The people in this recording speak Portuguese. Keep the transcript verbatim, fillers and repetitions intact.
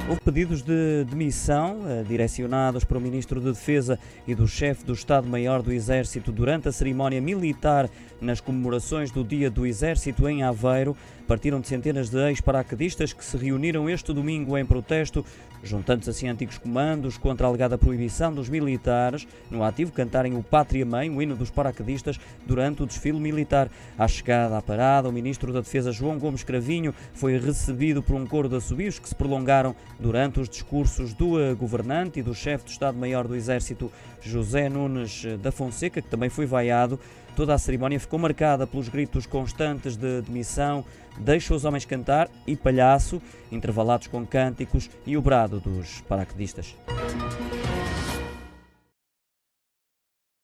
Houve pedidos de demissão eh, direcionados para o Ministro da Defesa e do Chefe do Estado-Maior do Exército durante a cerimónia militar nas comemorações do Dia do Exército em Aveiro. Partiram de centenas de ex-paraquedistas que se reuniram este domingo em protesto, juntando-se assim a antigos comandos contra a alegada proibição dos militares no ativo cantarem o Pátria Mãe, o hino dos paraquedistas, durante o desfile militar. À chegada à parada, o Ministro da Defesa, João Gomes Cravinho, foi recebido por um coro de assobios que se prolongaram durante os discursos do governante e do chefe do Estado-Maior do Exército, José Nunes da Fonseca, que também foi vaiado. Toda a cerimónia ficou marcada pelos gritos constantes de demissão, deixa os homens cantar e palhaço, intervalados com cânticos e o brado dos paraquedistas.